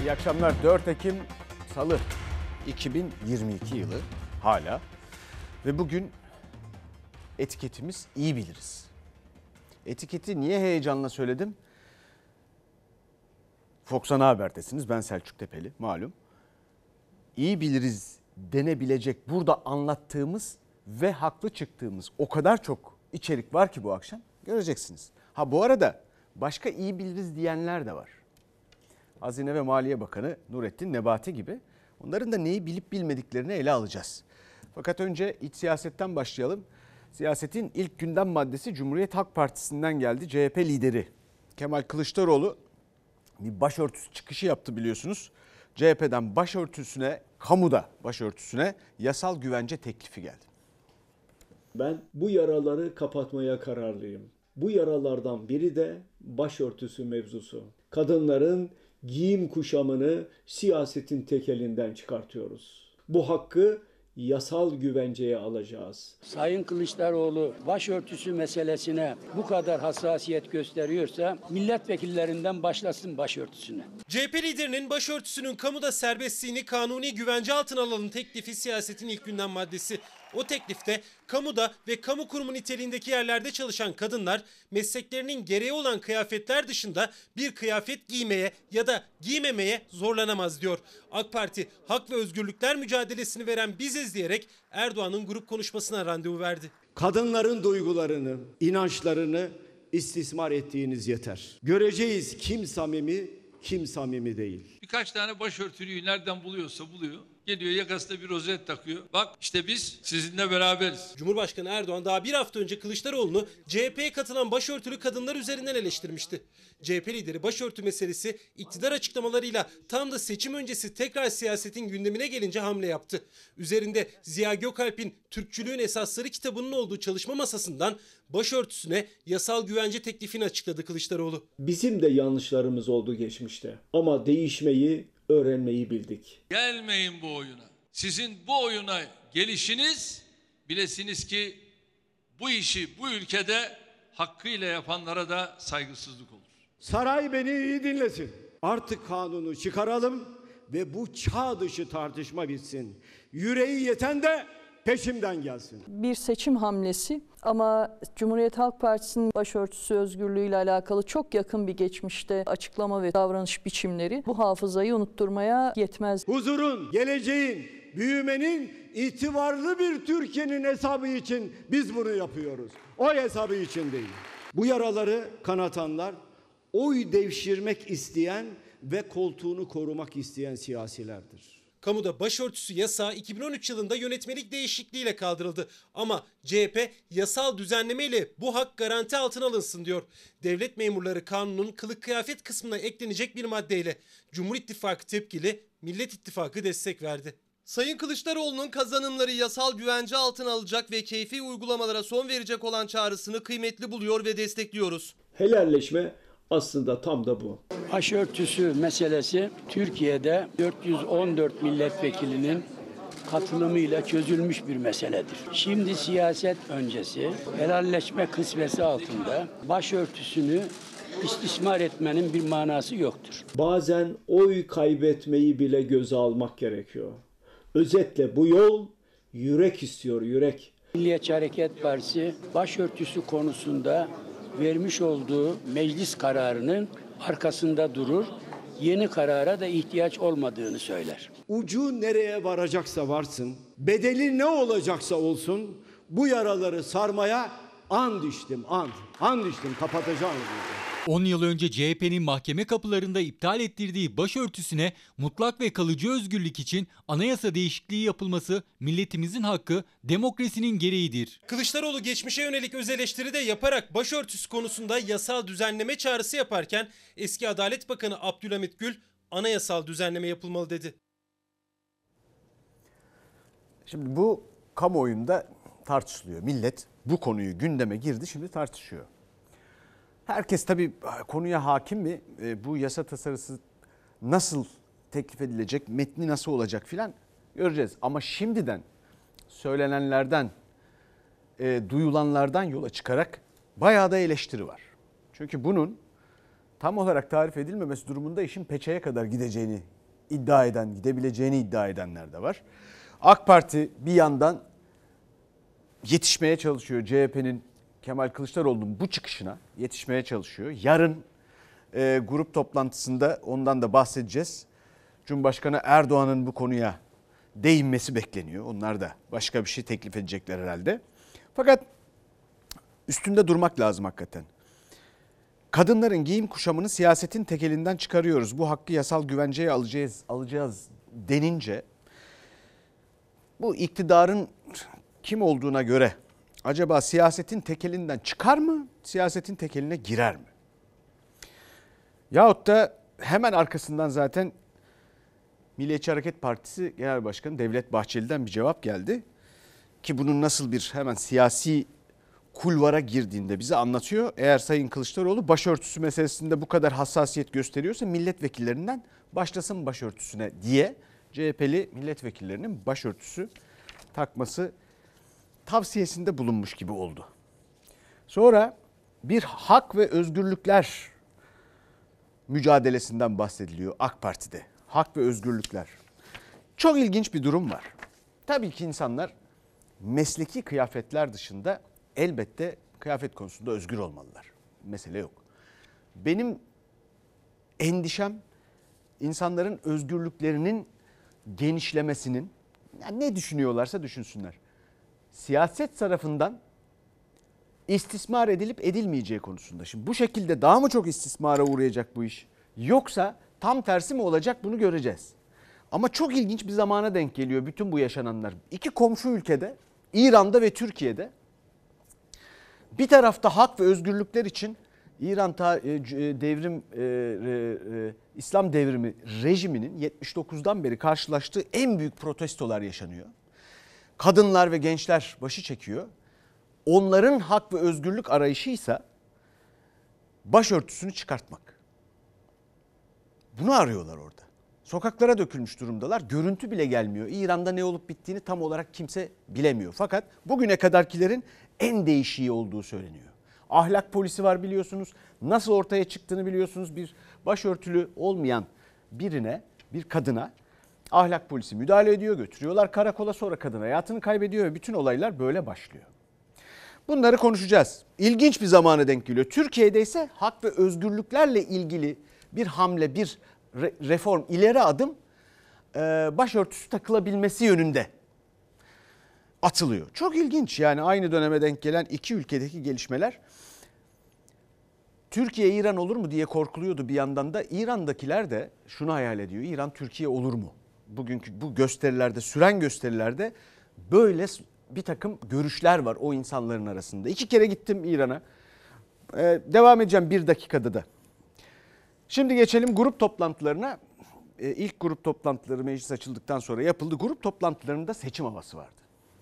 İyi akşamlar. 4 Ekim Salı 2022 yılı hala ve bugün etiketimiz iyi biliriz. Etiketi niye heyecanla söyledim? Fox Ana Haber'desiniz. Ben Selçuk Tepeli malum. İyi biliriz denebilecek burada anlattığımız ve haklı çıktığımız o kadar çok içerik var ki bu akşam göreceksiniz. Ha bu arada başka iyi biliriz diyenler de var. Hazine ve Maliye Bakanı Nurettin Nebati gibi. Onların da neyi bilip bilmediklerini ele alacağız. Fakat önce iç siyasetten başlayalım. Siyasetin ilk gündem maddesi Cumhuriyet Halk Partisi'nden geldi. CHP lideri Kemal Kılıçdaroğlu bir başörtüsü çıkışı yaptı biliyorsunuz. CHP'den başörtüsüne, kamuda başörtüsüne yasal güvence teklifi geldi. Ben bu yaraları kapatmaya kararlıyım. Bu yaralardan biri de başörtüsü mevzusu. Kadınların giyim kuşamını siyasetin tekelinden çıkartıyoruz. Bu hakkı yasal güvenceye alacağız. Sayın Kılıçdaroğlu başörtüsü meselesine bu kadar hassasiyet gösteriyorsa milletvekillerinden başlasın başörtüsüne. CHP liderinin başörtüsünün kamuda serbestliğini kanuni güvence altına alalım teklifi siyasetin ilk gündem maddesi. O teklifte kamuda ve kamu kurumu niteliğindeki yerlerde çalışan kadınlar mesleklerinin gereği olan kıyafetler dışında bir kıyafet giymeye ya da giymemeye zorlanamaz diyor. AK Parti hak ve özgürlükler mücadelesini veren biziz diyerek Erdoğan'ın grup konuşmasına randevu verdi. Kadınların duygularını, inançlarını istismar ettiğiniz yeter. Göreceğiz kim samimi, kim samimi değil. Birkaç tane başörtülüyü nereden buluyorsa buluyor. Geliyor yakasında bir rozet takıyor. Bak işte biz sizinle beraberiz. Cumhurbaşkanı Erdoğan daha bir hafta önce Kılıçdaroğlu'nu CHP'ye katılan başörtülü kadınlar üzerinden eleştirmişti. CHP lideri başörtü meselesi iktidar açıklamalarıyla tam da seçim öncesi tekrar siyasetin gündemine gelince hamle yaptı. Üzerinde Ziya Gökalp'in Türkçülüğün Esasları kitabının olduğu çalışma masasından başörtüsüne yasal güvence teklifini açıkladı Kılıçdaroğlu. Bizim de yanlışlarımız oldu geçmişte ama değişmeyi, öğrenmeyi bildik. Gelmeyin bu oyuna. Sizin bu oyuna gelişiniz bilesiniz ki bu işi bu ülkede hakkıyla yapanlara da saygısızlık olur. Saray beni iyi dinlesin. Artık kanunu çıkaralım ve bu çağ dışı tartışma bitsin. Yüreği yeten de peşimden gelsin. Bir seçim hamlesi ama Cumhuriyet Halk Partisi'nin başörtüsü özgürlüğüyle alakalı çok yakın bir geçmişte açıklama ve davranış biçimleri bu hafızayı unutturmaya yetmez. Huzurun, geleceğin, büyümenin, itibarlı bir Türkiye'nin hesabı için biz bunu yapıyoruz. O hesabı için değil. Bu yaraları kanatanlar, oy devşirmek isteyen ve koltuğunu korumak isteyen siyasilerdir. Kamuda başörtüsü yasağı 2013 yılında yönetmelik değişikliğiyle kaldırıldı. Ama CHP yasal düzenlemeyle bu hak garanti altına alınsın diyor. Devlet memurları kanunun kılık kıyafet kısmına eklenecek bir maddeyle. Cumhur İttifakı tepkili, Millet İttifakı destek verdi. Sayın Kılıçdaroğlu'nun kazanımları yasal güvence altına alacak ve keyfi uygulamalara son verecek olan çağrısını kıymetli buluyor ve destekliyoruz. Helalleşme aslında tam da bu. Başörtüsü meselesi Türkiye'de 414 milletvekilinin katılımıyla çözülmüş bir meseledir. Şimdi siyaset öncesi helalleşme kısmeti altında başörtüsünü istismar etmenin bir manası yoktur. Bazen oy kaybetmeyi bile göze almak gerekiyor. Özetle bu yol yürek istiyor, yürek. Milliyetçi Hareket Partisi başörtüsü konusunda vermiş olduğu meclis kararının arkasında durur, yeni karara da ihtiyaç olmadığını söyler. Ucu nereye varacaksa varsın, bedeli ne olacaksa olsun, bu yaraları sarmaya and içtim, and içtim, kapatacağım. 10 yıl önce CHP'nin mahkeme kapılarında iptal ettirdiği başörtüsüne mutlak ve kalıcı özgürlük için anayasa değişikliği yapılması milletimizin hakkı, demokrasinin gereğidir. Kılıçdaroğlu geçmişe yönelik öz eleştiri de yaparak başörtüsü konusunda yasal düzenleme çağrısı yaparken eski Adalet Bakanı Abdülhamit Gül anayasal düzenleme yapılmalı dedi. Şimdi bu kamuoyunda tartışılıyor. Millet bu konuyu gündeme girdi, şimdi tartışıyor. Herkes tabii konuya hakim mi? Bu yasa tasarısı nasıl teklif edilecek, metni nasıl olacak filan göreceğiz. Ama şimdiden söylenenlerden, duyulanlardan yola çıkarak bayağı da eleştiri var. Çünkü bunun tam olarak tarif edilmemesi durumunda işin peçeye kadar gideceğini iddia eden, gidebileceğini iddia edenler de var. AK Parti bir yandan yetişmeye çalışıyor. CHP'nin Kemal Kılıçdaroğlu'nun bu çıkışına yetişmeye çalışıyor. Yarın grup toplantısında ondan da bahsedeceğiz. Cumhurbaşkanı Erdoğan'ın bu konuya değinmesi bekleniyor. Onlar da başka bir şey teklif edecekler herhalde. Fakat üstünde durmak lazım hakikaten. Kadınların giyim kuşamını siyasetin tekelinden çıkarıyoruz. Bu hakkı yasal güvenceye alacağız denince bu iktidarın kim olduğuna göre acaba siyasetin tekelinden çıkar mı, siyasetin tekeline girer mi? Yahut da hemen arkasından zaten Milliyetçi Hareket Partisi Genel Başkanı Devlet Bahçeli'den bir cevap geldi. Ki bunun nasıl bir hemen siyasi kulvara girdiğinde bize anlatıyor. Eğer Sayın Kılıçdaroğlu başörtüsü meselesinde bu kadar hassasiyet gösteriyorsa milletvekillerinden başlasın başörtüsüne diye CHP'li milletvekillerinin başörtüsü takması tavsiyesinde bulunmuş gibi oldu. Sonra bir hak ve özgürlükler mücadelesinden bahsediliyor AK Parti'de. Hak ve özgürlükler. Çok ilginç bir durum var. Tabii ki insanlar mesleki kıyafetler dışında elbette kıyafet konusunda özgür olmalılar. Mesele yok. Benim endişem insanların özgürlüklerinin genişlemesinin, yani ne düşünüyorlarsa düşünsünler, siyaset tarafından istismar edilip edilmeyeceği konusunda. Şimdi bu şekilde daha mı çok istismara uğrayacak bu iş? Yoksa tam tersi mi olacak, bunu göreceğiz. Ama çok ilginç bir zamana denk geliyor bütün bu yaşananlar. İki komşu ülkede, İran'da ve Türkiye'de bir tarafta hak ve özgürlükler için İran İslam devrimi rejiminin 79'dan beri karşılaştığı en büyük protestolar yaşanıyor. Kadınlar ve gençler başı çekiyor. Onların hak ve özgürlük arayışıysa başörtüsünü çıkartmak. Bunu arıyorlar orada. Sokaklara dökülmüş durumdalar. Görüntü bile gelmiyor. İran'da ne olup bittiğini tam olarak kimse bilemiyor. Fakat bugüne kadarkilerin en değişiği olduğu söyleniyor. Ahlak polisi var biliyorsunuz. Nasıl ortaya çıktığını biliyorsunuz. Bir başörtülü olmayan birine, bir kadına ahlak polisi müdahale ediyor. Götürüyorlar karakola, sonra kadın hayatını kaybediyor ve bütün olaylar böyle başlıyor. Bunları konuşacağız. İlginç bir zamana denk geliyor. Türkiye'de ise hak ve özgürlüklerle ilgili bir hamle, bir reform, ileri adım başörtüsü takılabilmesi yönünde atılıyor. Çok ilginç, yani aynı döneme denk gelen iki ülkedeki gelişmeler. Türkiye İran olur mu diye korkuluyordu bir yandan da. İran'dakiler de şunu hayal ediyor. İran Türkiye olur mu? Bugünkü bu gösterilerde, süren gösterilerde böyle bir takım görüşler var o insanların arasında. 2 kere gittim İran'a. Devam edeceğim 1 dakikada da. Şimdi geçelim grup toplantılarına. İlk grup toplantıları meclis açıldıktan sonra yapıldı. Grup toplantılarında seçim havası vardı.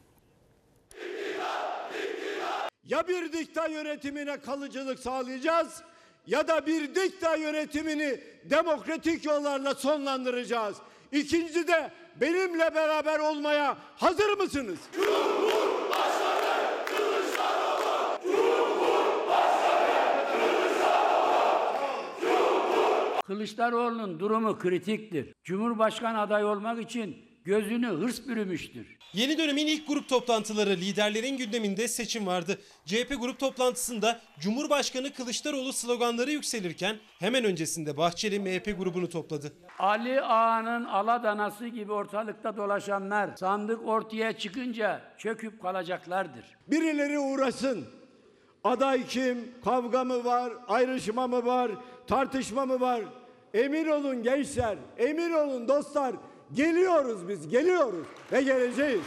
Ya bir dikta yönetimine kalıcılık sağlayacağız ya da bir dikta yönetimini demokratik yollarla sonlandıracağız. İkinci de benimle beraber olmaya hazır mısınız? Cumhurbaşkanı Kılıçdaroğlu! Cumhurbaşkanı Kılıçdaroğlu! Kılıçdaroğlu'nun durumu kritiktir. Cumhurbaşkanı adayı olmak için gözünü hırs bürümüştür. Yeni dönemin ilk grup toplantıları, liderlerin gündeminde seçim vardı. CHP grup toplantısında Cumhurbaşkanı Kılıçdaroğlu sloganları yükselirken hemen öncesinde Bahçeli MHP grubunu topladı. Ali Ağa'nın aladanası gibi ortalıkta dolaşanlar sandık ortaya çıkınca çöküp kalacaklardır. Birileri uğraşsın. Aday kim? Kavga mı var? Ayrışma mı var? Tartışma mı var? Emin olun gençler, emin olun dostlar. Geliyoruz biz, geliyoruz ve geleceğiz.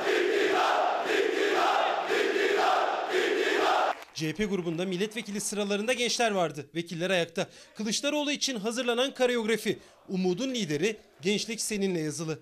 CHP grubunda milletvekili sıralarında gençler vardı. Vekiller ayakta. Kılıçdaroğlu için hazırlanan koreografi. Umudun lideri "Gençlik seninle" yazılı.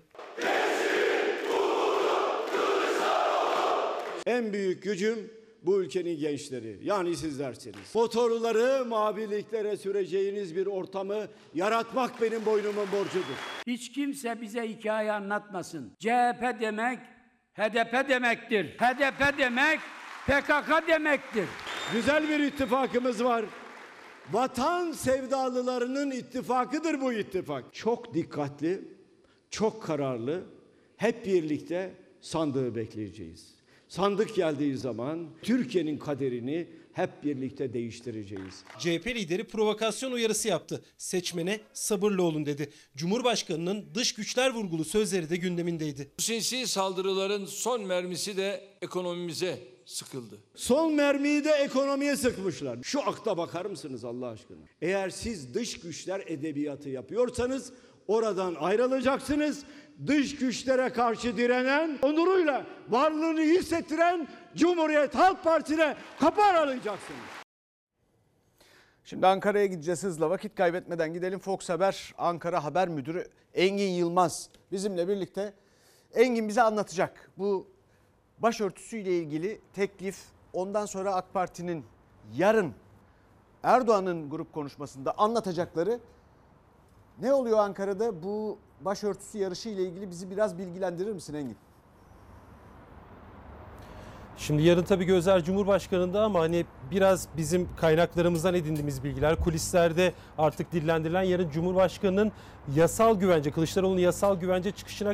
En büyük gücüm bu ülkenin gençleri, yani sizlersiniz. Motorları maviliklere süreceğiniz bir ortamı yaratmak benim boynumun borcudur. Hiç kimse bize hikaye anlatmasın. CHP demek HDP demektir. HDP demek PKK demektir. Güzel bir ittifakımız var. Vatan sevdalılarının ittifakıdır bu ittifak. Çok dikkatli, çok kararlı, hep birlikte sandığı bekleyeceğiz. Sandık geldiği zaman Türkiye'nin kaderini hep birlikte değiştireceğiz. CHP lideri provokasyon uyarısı yaptı. Seçmene sabırlı olun dedi. Cumhurbaşkanının dış güçler vurgulu sözleri de gündemindeydi. Bu sinsi saldırıların son mermisi de ekonomimize sıkıldı. Son mermiyi de ekonomiye sıkmışlar. Şu akta bakar mısınız Allah aşkına? Eğer siz dış güçler edebiyatı yapıyorsanız oradan ayrılacaksınız. Dış güçlere karşı direnen, onuruyla varlığını hissettiren Cumhuriyet Halk Partisi'ne kapı aralayacaksınız. Şimdi Ankara'ya gideceğiz hızla, vakit kaybetmeden gidelim. Fox Haber Ankara Haber Müdürü Engin Yılmaz bizimle birlikte. Engin bize anlatacak bu başörtüsüyle ilgili teklif, ondan sonra AK Parti'nin yarın Erdoğan'ın grup konuşmasında anlatacakları. Ne oluyor Ankara'da? Bu başörtüsü yarışı ile ilgili bizi biraz bilgilendirir misin Engin? Şimdi yarın tabii gözler Cumhurbaşkanı'nda ama hani biraz bizim kaynaklarımızdan edindiğimiz bilgiler, kulislerde artık dillendirilen yarın Cumhurbaşkanı'nın yasal güvence, Kılıçdaroğlu'nun yasal güvence çıkışına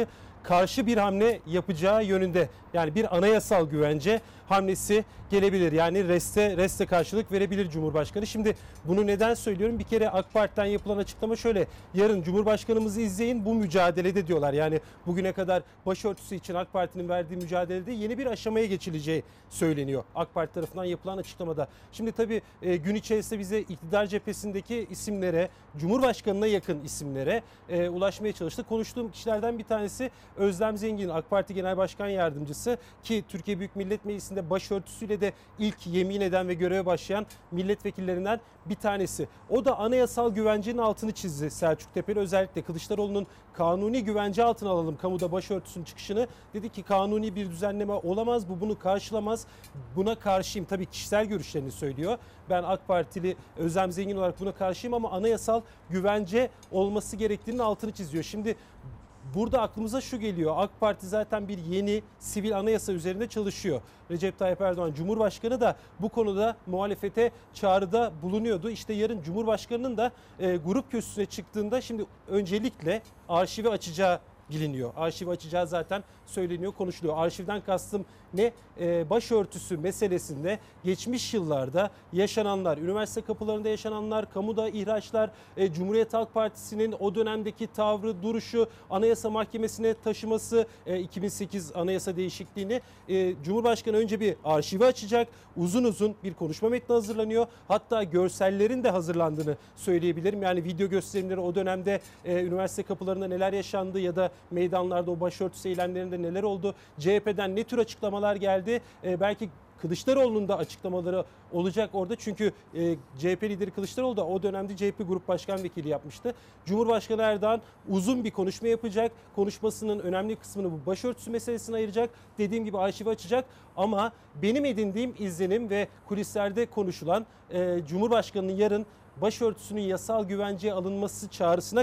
karşı bir hamle yapacağı yönünde. Yani bir anayasal güvence hamlesi gelebilir. Yani reste karşılık verebilir Cumhurbaşkanı. Şimdi bunu neden söylüyorum? Bir kere AK Parti'den yapılan açıklama şöyle. Yarın Cumhurbaşkanımızı izleyin, bu mücadelede diyorlar. Yani bugüne kadar başörtüsü için AK Parti'nin verdiği mücadelede yeni bir aşamaya geçileceği söyleniyor. AK Parti tarafından yapılan açıklamada. Şimdi tabii gün içerisinde bize iktidar cephesindeki isimlere, Cumhurbaşkanı'na yakın isimlere ulaşmaya çalıştık. Konuştuğum kişilerden bir tanesi Özlem Zengin, AK Parti Genel Başkan Yardımcısı ki Türkiye Büyük Millet Meclisi'nde başörtüsüyle de ilk yemin eden ve göreve başlayan milletvekillerinden bir tanesi. O da anayasal güvencenin altını çizdi Selçuk Tepeli. Özellikle Kılıçdaroğlu'nun kanuni güvence altına alalım kamuda başörtüsünün çıkışını. Dedi ki kanuni bir düzenleme olamaz, bu bunu karşılamaz. Buna karşıyım. Tabii kişisel görüşlerini söylüyor. Ben AK Partili Özlem Zengin olarak buna karşıyım ama anayasal güvence olması gerektiğinin altını çiziyor. Şimdi burada aklımıza şu geliyor. AK Parti zaten bir yeni sivil anayasa üzerinde çalışıyor. Recep Tayyip Erdoğan Cumhurbaşkanı da bu konuda muhalefete çağrıda bulunuyordu. İşte yarın Cumhurbaşkanı'nın da grup kürsüsüne çıktığında şimdi öncelikle arşivi açacağı biliniyor. Arşivi açacağı zaten söyleniyor, konuşuluyor. Arşivden kastım ne? Başörtüsü meselesinde geçmiş yıllarda yaşananlar, üniversite kapılarında yaşananlar, kamuda ihraçlar, Cumhuriyet Halk Partisi'nin o dönemdeki tavrı, duruşu, Anayasa Mahkemesi'ne taşıması, 2008 anayasa değişikliğini Cumhurbaşkanı önce bir arşivi açacak. Uzun uzun bir konuşma metni hazırlanıyor. Hatta görsellerin de hazırlandığını söyleyebilirim. Yani video gösterimleri o dönemde üniversite kapılarında neler yaşandı ya da meydanlarda o başörtüsü eylemlerinde neler oldu? CHP'den ne tür açıklamalar geldi? Belki Kılıçdaroğlu'nun da açıklamaları olacak orada. Çünkü CHP lideri Kılıçdaroğlu da o dönemde CHP Grup Başkan Vekili yapmıştı. Cumhurbaşkanı Erdoğan uzun bir konuşma yapacak. Konuşmasının önemli kısmını bu başörtüsü meselesine ayıracak. Dediğim gibi arşivi açacak. Ama benim edindiğim izlenim ve kulislerde konuşulan Cumhurbaşkanı'nın yarın başörtüsünün yasal güvenceye alınması çağrısına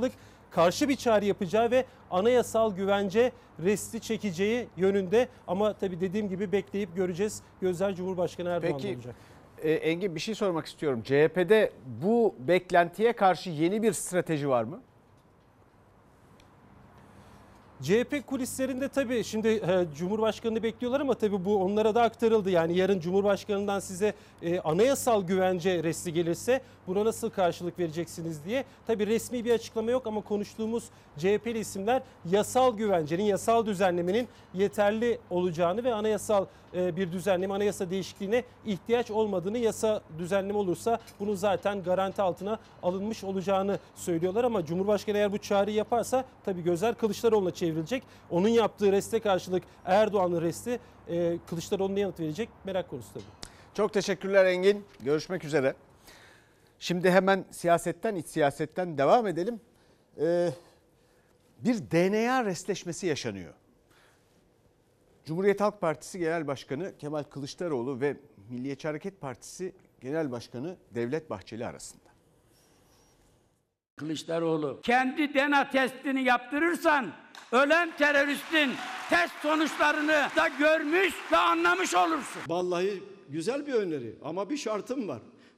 karşı bir çağrı yapacağı ve anayasal güvence resti çekeceği yönünde. Ama tabii dediğim gibi bekleyip göreceğiz. Gözler Cumhurbaşkanı Erdoğan'da olacak. Peki Engin, bir şey sormak istiyorum. CHP'de bu beklentiye karşı yeni bir strateji var mı? CHP kulislerinde tabii şimdi Cumhurbaşkanı'nı bekliyorlar ama tabii bu onlara da aktarıldı. Yani yarın Cumhurbaşkanı'ndan size anayasal güvence resti gelirse buna nasıl karşılık vereceksiniz diye. Tabii resmi bir açıklama yok ama konuştuğumuz CHP'li isimler yasal güvencenin, yasal düzenlemenin yeterli olacağını ve anayasal bir düzenleme, anayasa değişikliğine ihtiyaç olmadığını, yasa düzenleme olursa bunun zaten garanti altına alınmış olacağını söylüyorlar. Ama Cumhurbaşkanı eğer bu çağrıyı yaparsa tabii gözler Kılıçdaroğlu'na çevrilecek. Onun yaptığı reste karşılık Erdoğan'ın resti Kılıçdaroğlu'na yanıt verecek, merak konusu tabii. Çok teşekkürler Engin. Görüşmek üzere. Şimdi hemen iç siyasetten devam edelim. Bir DNA restleşmesi yaşanıyor. Cumhuriyet Halk Partisi Genel Başkanı Kemal Kılıçdaroğlu ve Milliyetçi Hareket Partisi Genel Başkanı Devlet Bahçeli arasında. Kılıçdaroğlu, kendi DNA testini yaptırırsan ölen teröristin test sonuçlarını da görmüş ve anlamış olursun. Vallahi güzel bir öneri ama bir şartım var.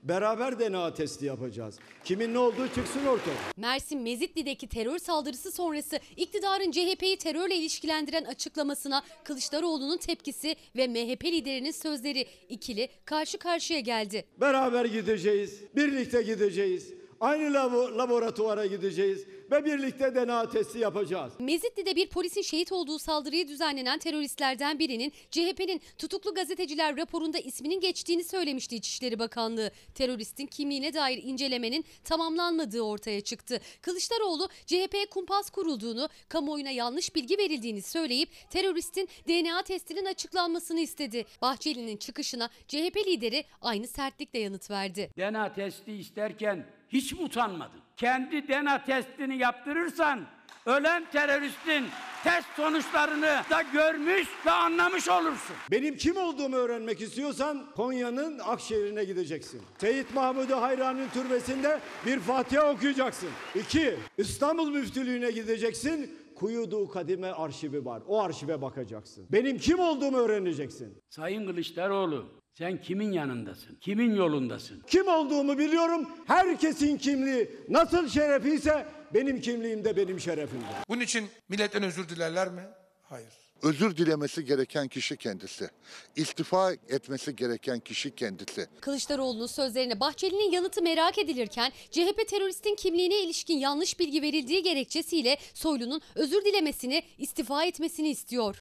Beraber DNA testi yapacağız. Kimin ne olduğu çıksın ortaya. Mersin Mezitli'deki terör saldırısı sonrası iktidarın CHP'yi terörle ilişkilendiren açıklamasına Kılıçdaroğlu'nun tepkisi ve MHP liderinin sözleri ikili karşı karşıya geldi. Beraber gideceğiz, birlikte gideceğiz. Aynı laboratuvara gideceğiz ve birlikte DNA testi yapacağız. Mezitli'de bir polisin şehit olduğu saldırıyı düzenlenen teröristlerden birinin CHP'nin tutuklu gazeteciler raporunda isminin geçtiğini söylemişti İçişleri Bakanlığı. Teröristin kimliğine dair incelemenin tamamlanmadığı ortaya çıktı. Kılıçdaroğlu CHP'ye kumpas kurulduğunu, kamuoyuna yanlış bilgi verildiğini söyleyip teröristin DNA testinin açıklanmasını istedi. Bahçeli'nin çıkışına CHP lideri aynı sertlikle yanıt verdi. DNA testi isterken hiç mi utanmadın? Kendi DNA testini yaptırırsan ölen teröristin test sonuçlarını da görmüş ve anlamış olursun. Benim kim olduğumu öğrenmek istiyorsan Konya'nın Akşehir'ine gideceksin. Seyyid Mahmud-u Hayran'ın türbesinde bir Fatiha okuyacaksın. 2. İstanbul Müftülüğü'ne gideceksin. Kuyudu Kadime arşivi var. O arşive bakacaksın. Benim kim olduğumu öğreneceksin. Sayın Kılıçdaroğlu, sen kimin yanındasın? Kimin yolundasın? Kim olduğumu biliyorum. Herkesin kimliği nasıl şerefiyse benim kimliğim de benim şerefimdir. Bunun için milletten özür dilerler mi? Hayır. Özür dilemesi gereken kişi kendisi. İstifa etmesi gereken kişi kendisi. Kılıçdaroğlu'nun sözlerine Bahçeli'nin yanıtı merak edilirken CHP teröristin kimliğine ilişkin yanlış bilgi verildiği gerekçesiyle Soylu'nun özür dilemesini, istifa etmesini istiyor.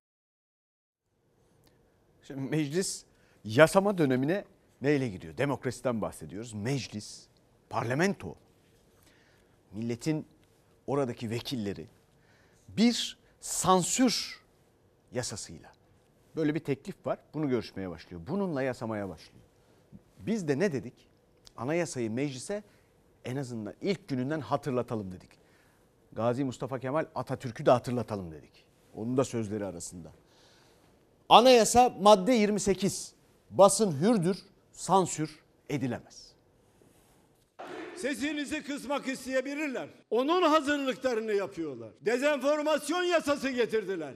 Şimdi meclis yasama dönemine neyle giriyor? Demokrasiden bahsediyoruz. Meclis, parlamento, milletin oradaki vekilleri bir sansür yasasıyla böyle bir teklif var. Bunu görüşmeye başlıyor. Bununla yasamaya başlıyor. Biz de ne dedik? Anayasayı meclise en azından ilk gününden hatırlatalım dedik. Gazi Mustafa Kemal Atatürk'ü de hatırlatalım dedik. Onun da sözleri arasında. Anayasa madde 28. Basın hürdür, sansür edilemez. Sesinizi kısmak isteyebilirler. Onun hazırlıklarını yapıyorlar. Dezenformasyon yasası getirdiler.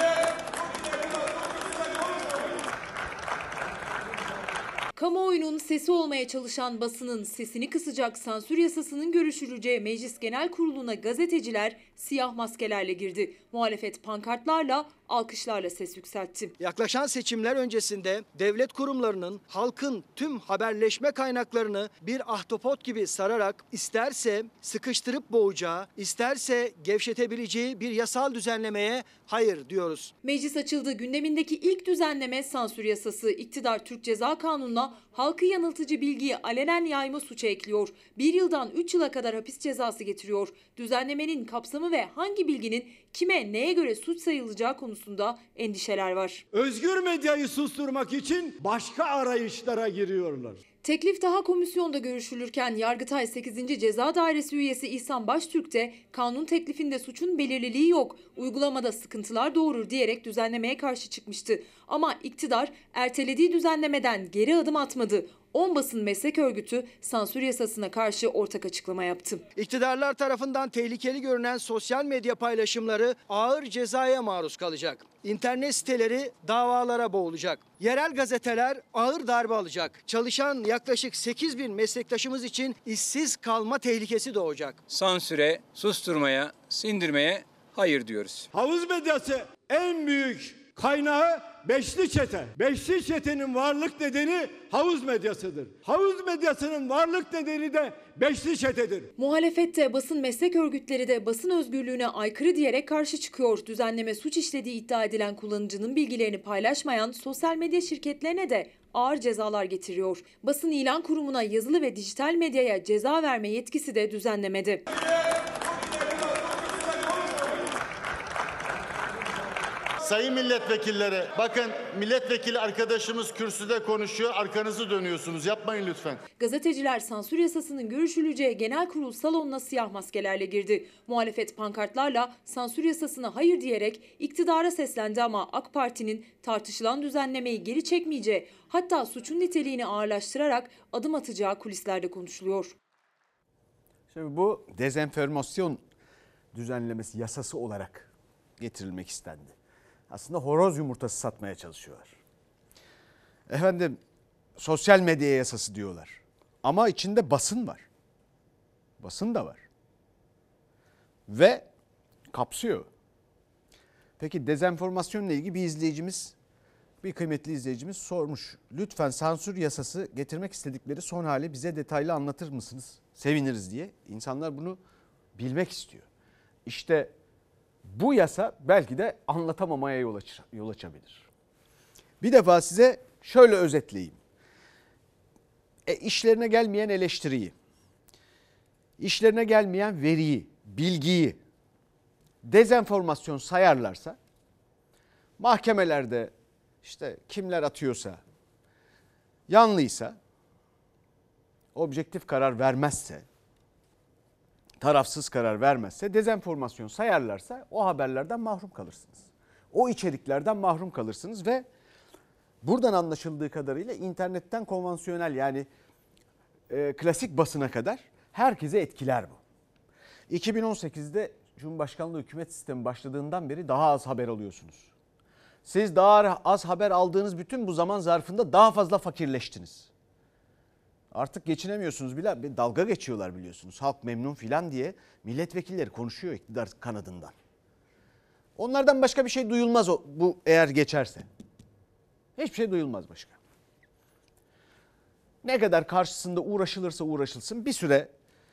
Kamuoyunun sesi olmaya çalışan basının sesini kısacak sansür yasasının görüşüleceği Meclis Genel Kurulu'na gazeteciler siyah maskelerle girdi. Muhalefet pankartlarla, alkışlarla ses yükseltti. Yaklaşan seçimler öncesinde devlet kurumlarının halkın tüm haberleşme kaynaklarını bir ahtapot gibi sararak isterse sıkıştırıp boğacağı, isterse gevşetebileceği bir yasal düzenlemeye hayır diyoruz. Meclis açıldı. Gündemindeki ilk düzenleme sansür yasası. İktidar Türk Ceza Kanunu'na halkı yanıltıcı bilgiyi alenen yayma suçu ekliyor. 1 yıldan 3 yıla kadar hapis cezası getiriyor. Düzenlemenin kapsamı ve hangi bilginin kime neye göre suç sayılacağı konusunda endişeler var. Özgür medyayı susturmak için başka arayışlara giriyorlar. Teklif daha komisyonda görüşülürken Yargıtay 8. Ceza Dairesi üyesi İhsan Baştürk de kanun teklifinde suçun belirliliği yok, uygulamada sıkıntılar doğurur diyerek düzenlemeye karşı çıkmıştı. Ama iktidar ertelediği düzenlemeden geri adım atmadı. 10 basın meslek örgütü sansür yasasına karşı ortak açıklama yaptı. İktidarlar tarafından tehlikeli görünen sosyal medya paylaşımları ağır cezaya maruz kalacak. İnternet siteleri davalara boğulacak. Yerel gazeteler ağır darbe alacak. Çalışan yaklaşık 8.000 meslektaşımız için işsiz kalma tehlikesi doğacak. Sansüre, susturmaya, sindirmeye hayır diyoruz. Havuz medyası en büyük kaynağı Beşli Çete. Beşli Çete'nin varlık nedeni havuz medyasıdır. Havuz medyasının varlık nedeni de Beşli Çete'dir. Muhalefette basın meslek örgütleri de basın özgürlüğüne aykırı diyerek karşı çıkıyor. Düzenleme suç işlediği iddia edilen kullanıcının bilgilerini paylaşmayan sosyal medya şirketlerine de ağır cezalar getiriyor. Basın İlan Kurumu'na yazılı ve dijital medyaya ceza verme yetkisi de düzenlemede. Sayın milletvekilleri, bakın milletvekili arkadaşımız kürsüde konuşuyor, arkanızı dönüyorsunuz. Yapmayın lütfen. Gazeteciler sansür yasasının görüşüleceği genel kurul salonuna siyah maskelerle girdi. Muhalefet pankartlarla sansür yasasına hayır diyerek iktidara seslendi ama AK Parti'nin tartışılan düzenlemeyi geri çekmeyeceği, hatta suçun niteliğini ağırlaştırarak adım atacağı kulislerde konuşuluyor. Şimdi bu dezenformasyon düzenlemesi yasası olarak getirilmek istendi. Aslında horoz yumurtası satmaya çalışıyorlar. Efendim sosyal medya yasası diyorlar. Ama içinde basın var. Basın da var. Ve kapsıyor. Peki dezenformasyonla ilgili bir kıymetli izleyicimiz sormuş. Lütfen sansür yasası getirmek istedikleri son hali bize detaylı anlatır mısınız? Seviniriz diye. İnsanlar bunu bilmek istiyor. İşte bu yasa belki de anlatamamaya yol açabilir. Bir defa size şöyle özetleyeyim. İşlerine gelmeyen eleştiriyi, işlerine gelmeyen veriyi, bilgiyi dezenformasyon sayarlarsa, mahkemelerde işte kimler atıyorsa, yanlıysa, objektif karar vermezse, tarafsız karar vermezse, dezenformasyon sayarlarsa o haberlerden mahrum kalırsınız. O içeriklerden mahrum kalırsınız ve buradan anlaşıldığı kadarıyla internetten konvansiyonel yani klasik basına kadar herkese etkiler bu. 2018'de Cumhurbaşkanlığı hükümet sistemi başladığından beri daha az haber alıyorsunuz. Siz daha az haber aldığınız bütün bu zaman zarfında daha fazla fakirleştiniz. Artık geçinemiyorsunuz bile, dalga geçiyorlar biliyorsunuz. Halk memnun filan diye milletvekilleri konuşuyor iktidar kanadından. Onlardan başka bir şey duyulmaz bu eğer geçerse. Hiçbir şey duyulmaz başka. Ne kadar karşısında uğraşılırsa uğraşılsın bir süre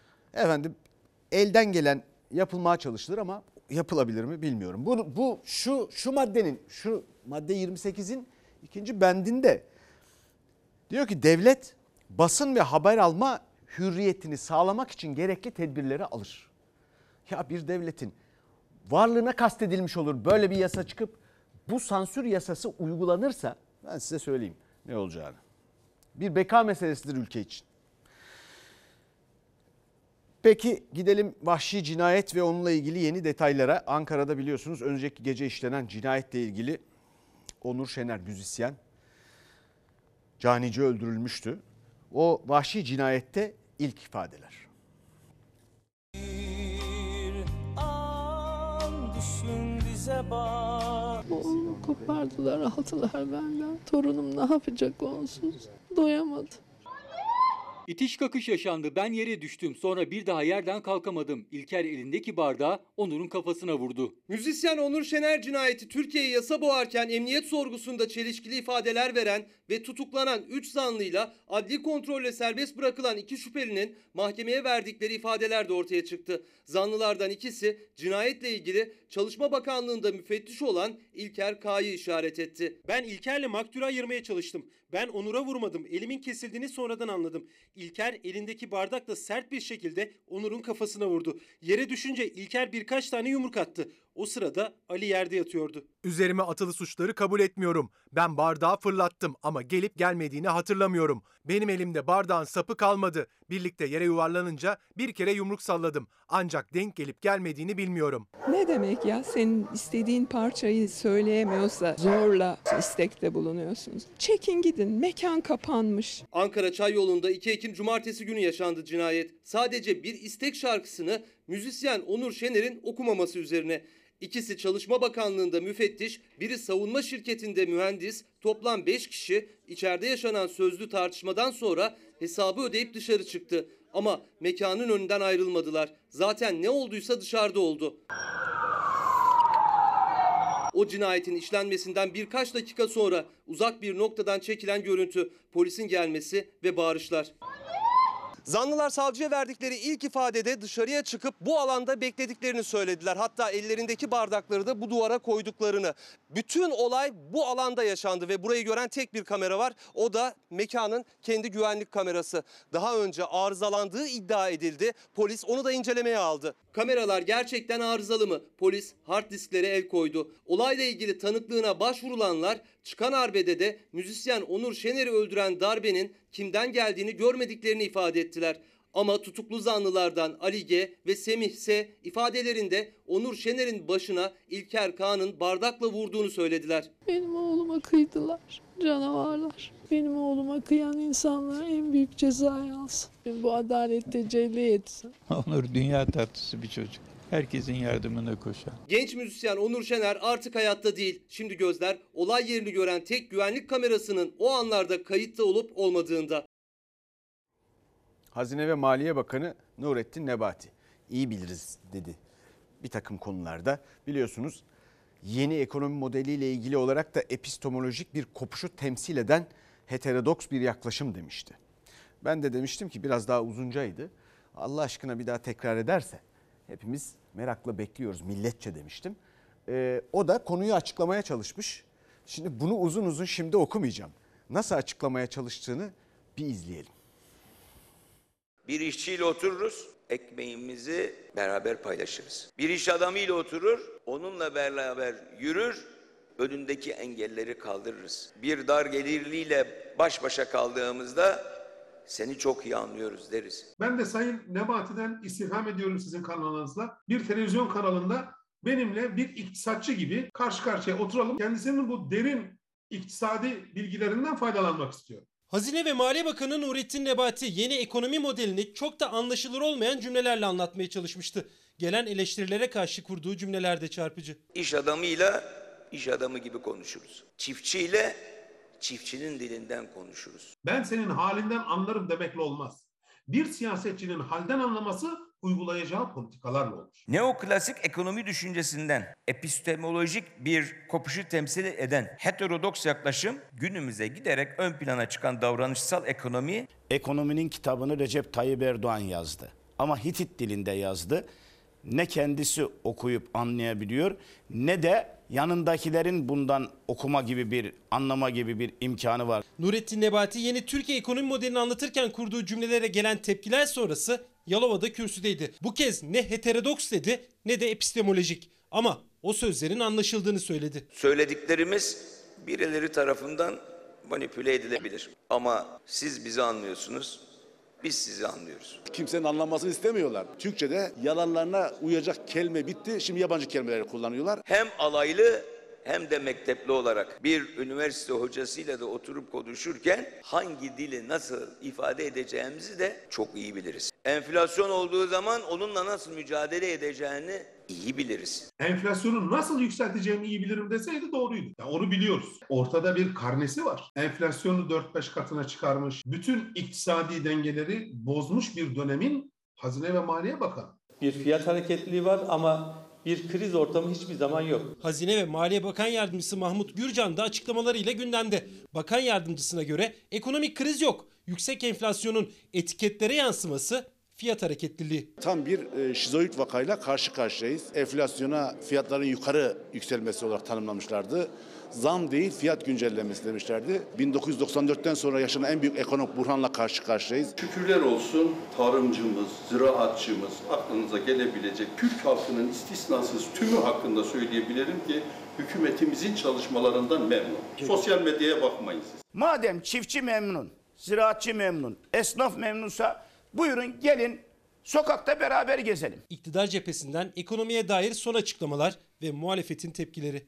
elden gelen yapılmaya çalışılır ama yapılabilir mi bilmiyorum. Şu madde 28'in 2. bendinde diyor ki devlet basın ve haber alma hürriyetini sağlamak için gerekli tedbirleri alır. Ya bir devletin varlığına kastedilmiş olur böyle bir yasa çıkıp bu sansür yasası uygulanırsa ben size söyleyeyim ne olacağını. Bir beka meselesidir ülke için. Peki gidelim vahşi cinayet ve onunla ilgili yeni detaylara. Ankara'da biliyorsunuz önceki gece işlenen cinayetle ilgili Onur Şener müzisyen canice öldürülmüştü. O vahşi cinayette ilk ifadeler. Oğlumu kopardılar, aldılar benden. Torunum ne yapacak onsuz? Doyamadı. İtiş kakış yaşandı. Ben yere düştüm. Sonra bir daha yerden kalkamadım. İlker elindeki bardağı Onur'un kafasına vurdu. Müzisyen Onur Şener cinayeti Türkiye'yi yasa boğarken emniyet sorgusunda çelişkili ifadeler veren ve tutuklanan 3 zanlıyla adli kontrolle serbest bırakılan 2 şüphelinin mahkemeye verdikleri ifadeler de ortaya çıktı. Zanlılardan ikisi cinayetle ilgili Çalışma Bakanlığı'nda müfettiş olan İlker K'yı işaret etti. Ben İlker'le maktulü ayırmaya çalıştım. Ben Onur'a vurmadım. Elimin kesildiğini sonradan anladım. İlker elindeki bardakla sert bir şekilde Onur'un kafasına vurdu. Yere düşünce İlker birkaç tane yumruk attı. O sırada Ali yerde yatıyordu. Üzerime atılı suçları kabul etmiyorum. Ben bardağı fırlattım ama gelip gelmediğini hatırlamıyorum. Benim elimde bardağın sapı kalmadı. Birlikte yere yuvarlanınca bir kere yumruk salladım. Ancak denk gelip gelmediğini bilmiyorum. Ne demek ya? Senin istediğin parçayı söyleyemiyorsa zorla istekte bulunuyorsunuz. Çekin gidin. Mekan kapanmış. Ankara Çayyolu'nda 2 Ekim Cumartesi günü yaşandı cinayet. Sadece bir istek şarkısını müzisyen Onur Şener'in okumaması üzerine. İkisi Çalışma Bakanlığı'nda müfettiş, biri savunma şirketinde mühendis, toplam 5 kişi içeride yaşanan sözlü tartışmadan sonra hesabı ödeyip dışarı çıktı. Ama mekanın önünden ayrılmadılar. Zaten ne olduysa dışarıda oldu. O cinayetin işlenmesinden birkaç dakika sonra uzak bir noktadan çekilen görüntü, polisin gelmesi ve bağırışlar. Zanlılar savcıya verdikleri ilk ifadede dışarıya çıkıp bu alanda beklediklerini söylediler. Hatta ellerindeki bardakları da bu duvara koyduklarını. Bütün olay bu alanda yaşandı ve burayı gören tek bir kamera var. O da mekanın kendi güvenlik kamerası. Daha önce arızalandığı iddia edildi. Polis onu da incelemeye aldı. Kameralar gerçekten arızalı mı? Polis hard disklere el koydu. Olayla ilgili tanıklığına başvurulanlar çıkan arbede de müzisyen Onur Şener'i öldüren darbenin kimden geldiğini görmediklerini ifade ettiler. Ama tutuklu zanlılardan Ali G ve Semih S ifadelerinde Onur Şener'in başına İlker K'nın bardakla vurduğunu söylediler. Benim oğluma kıydılar. Canavarlar. Benim oğluma kıyan insanlar en büyük cezayı alsın. Bu adalet tecelli etsin. Onur dünya tatlısı bir çocuk. Herkesin yardımına koşan. Genç müzisyen Onur Şener artık hayatta değil. Şimdi gözler olay yerini gören tek güvenlik kamerasının o anlarda kayıtta olup olmadığında. Hazine ve Maliye Bakanı Nurettin Nebati iyi biliriz dedi bir takım konularda. Biliyorsunuz yeni ekonomi modeliyle ilgili olarak da epistemolojik bir kopuşu temsil eden heterodoks bir yaklaşım demişti. Ben de demiştim ki biraz daha uzuncaydı. Allah aşkına bir daha tekrar ederse hepimiz merakla bekliyoruz milletçe demiştim. O da konuyu açıklamaya çalışmış. Şimdi bunu uzun uzun şimdi okumayacağım. Nasıl açıklamaya çalıştığını bir izleyelim. Bir işçiyle otururuz, ekmeğimizi beraber paylaşırız. Bir iş adamıyla oturur, onunla beraber yürür, önündeki engelleri kaldırırız. Bir dar gelirliyle baş başa kaldığımızda seni çok iyi anlıyoruz deriz. Ben de Sayın Nebati'den istirham ediyorum sizin kanalınızla. Bir televizyon kanalında benimle bir iktisatçı gibi karşı karşıya oturalım. Kendisinin bu derin iktisadi bilgilerinden faydalanmak istiyorum. Hazine ve Maliye Bakanı Nurettin Nebati yeni ekonomi modelini çok da anlaşılır olmayan cümlelerle anlatmaya çalışmıştı. Gelen eleştirilere karşı kurduğu cümleler de çarpıcı. İş adamıyla iş adamı gibi konuşuruz. Çiftçiyle çiftçinin dilinden konuşuruz. Ben senin halinden anlarım demekle olmaz. Bir siyasetçinin halden anlaması uygulayacağı politikalarla olur. Neoklasik ekonomi düşüncesinden epistemolojik bir kopuşu temsil eden heterodoks yaklaşım günümüze giderek ön plana çıkan davranışsal ekonomi. Ekonominin kitabını Recep Tayyip Erdoğan yazdı ama Hitit dilinde yazdı. Ne kendisi okuyup anlayabiliyor ne de yanındakilerin bundan okuma gibi bir, anlama gibi bir imkanı var. Nurettin Nebati yeni Türkiye ekonomi modelini anlatırken kurduğu cümlelere gelen tepkiler sonrası Yalova'da kürsüdeydi. Bu kez ne heterodoks dedi ne de epistemolojik ama o sözlerin anlaşıldığını söyledi. Söylediklerimiz birileri tarafından manipüle edilebilir ama siz bizi anlıyorsunuz. Biz sizi anlıyoruz. Kimsenin anlamasını istemiyorlar. Türkçe'de yalanlarına uyacak kelime bitti. Şimdi yabancı kelimeleri kullanıyorlar. Hem alaylı hem de mektepli olarak bir üniversite hocasıyla da oturup konuşurken hangi dili nasıl ifade edeceğimizi de çok iyi biliriz. Enflasyon olduğu zaman onunla nasıl mücadele edeceğini iyi biliriz. Enflasyonu nasıl yükselteceğimi iyi bilirim deseydi doğruydu. Yani onu biliyoruz. Ortada bir karnesi var. Enflasyonu 4-5 katına çıkarmış, bütün iktisadi dengeleri bozmuş bir dönemin Hazine ve Maliye Bakanı. Bir fiyat hareketliliği var ama bir kriz ortamı hiçbir zaman yok. Hazine ve Maliye Bakan Yardımcısı Mahmut Gürcan da açıklamalarıyla gündemde. Bakan Yardımcısına göre ekonomik kriz yok. Yüksek enflasyonun etiketlere yansıması fiyat hareketliliği. Tam bir şizoid vakayla karşı karşıyayız. Enflasyona fiyatların yukarı yükselmesi olarak tanımlamışlardı. Zam değil fiyat güncellemesi demişlerdi. 1994'ten sonra yaşanan en büyük ekonomik buhranla karşı karşıyayız. Şükürler olsun tarımcımız, ziraatçımız, aklınıza gelebilecek Türk halkının istisnasız tümü hakkında söyleyebilirim ki hükümetimizin çalışmalarından memnun. Sosyal medyaya bakmayın siz. Madem çiftçi memnun, ziraatçı memnun, esnaf memnunsa buyurun gelin sokakta beraber gezelim. İktidar cephesinden ekonomiye dair son açıklamalar ve muhalefetin tepkileri.